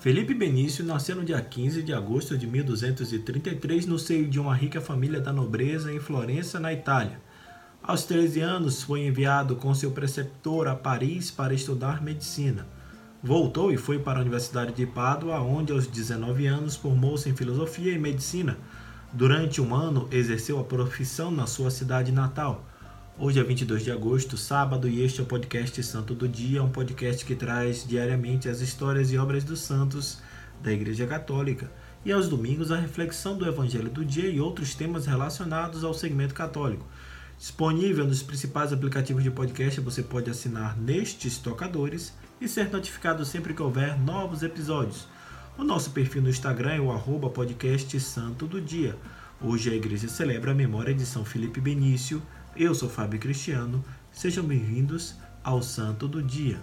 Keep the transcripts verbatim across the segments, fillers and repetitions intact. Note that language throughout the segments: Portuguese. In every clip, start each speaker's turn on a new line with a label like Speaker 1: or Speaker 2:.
Speaker 1: Felipe Benício nasceu no dia quinze de agosto de mil duzentos e trinta e três no seio de uma rica família da nobreza em Florença, na Itália. Aos treze anos, foi enviado com seu preceptor a Paris para estudar medicina. Voltou e foi para a Universidade de Pádua, onde aos dezenove anos formou-se em filosofia e medicina. Durante um ano, exerceu a profissão na sua cidade natal. Hoje é vinte e dois de agosto, sábado, e este é o podcast Santo do Dia, um podcast que traz diariamente as histórias e obras dos santos da Igreja Católica, e aos domingos a reflexão do Evangelho do dia e outros temas relacionados ao segmento católico. Disponível nos principais aplicativos de podcast, você pode assinar nestes tocadores e ser notificado sempre que houver novos episódios. O nosso perfil no Instagram é o arroba podcast Santo do Dia. Hoje a igreja celebra a memória de São Felipe Benício. Eu sou Fábio Cristiano. Sejam bem-vindos ao Santo do Dia.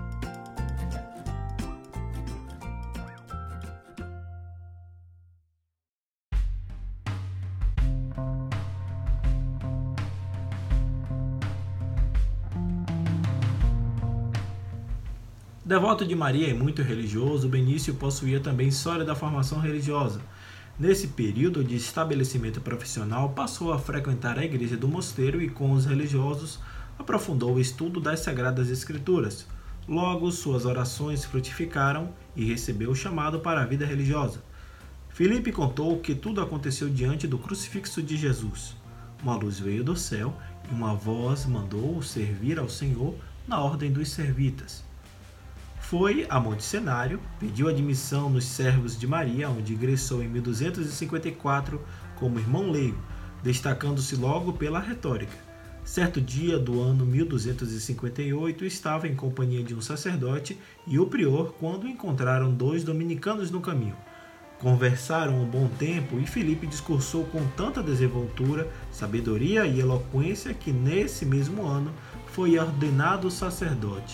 Speaker 1: Devoto de Maria e muito religioso, Benício possuía também sólida formação religiosa. Nesse período de estabelecimento profissional, passou a frequentar a igreja do mosteiro e, com os religiosos, aprofundou o estudo das Sagradas Escrituras. Logo, suas orações frutificaram e recebeu o chamado para a vida religiosa. Felipe contou que tudo aconteceu diante do crucifixo de Jesus. Uma luz veio do céu e uma voz mandou-o servir ao Senhor na ordem dos servitas. Foi a Monte Cenário, pediu admissão nos Servos de Maria, onde ingressou em mil duzentos e cinquenta e quatro como irmão leigo, destacando-se logo pela retórica. Certo dia do ano mil duzentos e cinquenta e oito, estava em companhia de um sacerdote e o prior quando encontraram dois dominicanos no caminho. Conversaram um bom tempo e Felipe discursou com tanta desenvoltura, sabedoria e eloquência que nesse mesmo ano foi ordenado sacerdote.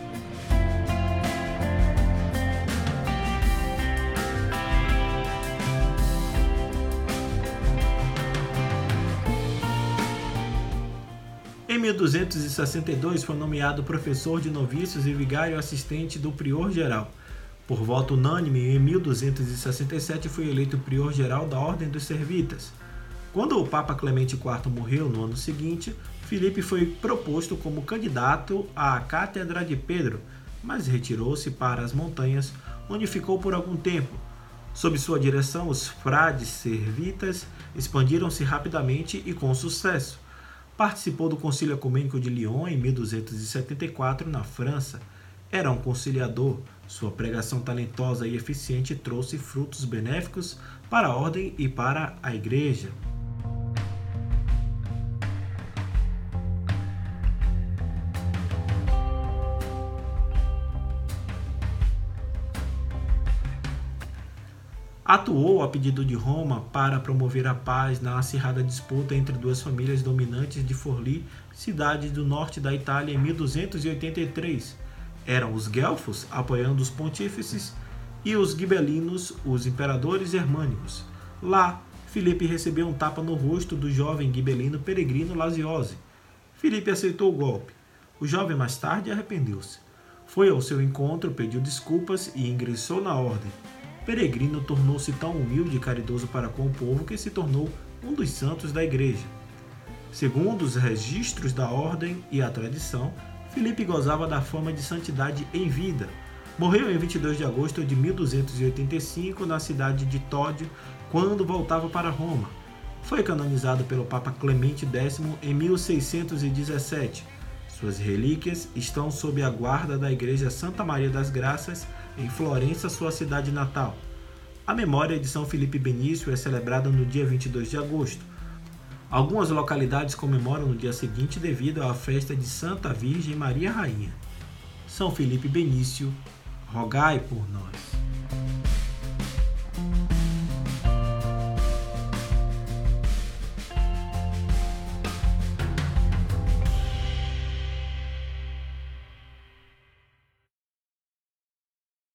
Speaker 1: Em mil duzentos e sessenta e dois foi nomeado professor de novícios e vigário assistente do prior-geral. Por voto unânime, em mil duzentos e sessenta e sete foi eleito prior-geral da Ordem dos Servitas. Quando o Papa Clemente quarto morreu no ano seguinte, Felipe foi proposto como candidato à Cátedra de Pedro, mas retirou-se para as montanhas, onde ficou por algum tempo. Sob sua direção, os frades servitas expandiram-se rapidamente e com sucesso. Participou do Concílio Ecumênico de Lyon em mil duzentos e setenta e quatro, na França. Era um conciliador. Sua pregação talentosa e eficiente trouxe frutos benéficos para a ordem e para a Igreja. Atuou a pedido de Roma para promover a paz na acirrada disputa entre duas famílias dominantes de Forlì, cidade do norte da Itália, em mil duzentos e oitenta e três. Eram os guelfos, apoiando os pontífices, e os gibelinos, os imperadores germânicos. Lá, Felipe recebeu um tapa no rosto do jovem gibelino Peregrino Laziose. Felipe aceitou o golpe. O jovem mais tarde arrependeu-se. Foi ao seu encontro, pediu desculpas e ingressou na ordem. Peregrino tornou-se tão humilde e caridoso para com o povo que se tornou um dos santos da igreja. Segundo os registros da ordem e a tradição, Felipe gozava da fama de santidade em vida. Morreu em vinte e dois de agosto de mil duzentos e oitenta e cinco na cidade de Tódio, quando voltava para Roma. Foi canonizado pelo Papa Clemente décimo em mil seiscentos e dezessete. Suas relíquias estão sob a guarda da Igreja Santa Maria das Graças, em Florença, sua cidade natal. A memória de São Felipe Benício é celebrada no dia vinte e dois de agosto. Algumas localidades comemoram no dia seguinte devido à festa de Santa Virgem Maria Rainha. São Felipe Benício, rogai por nós.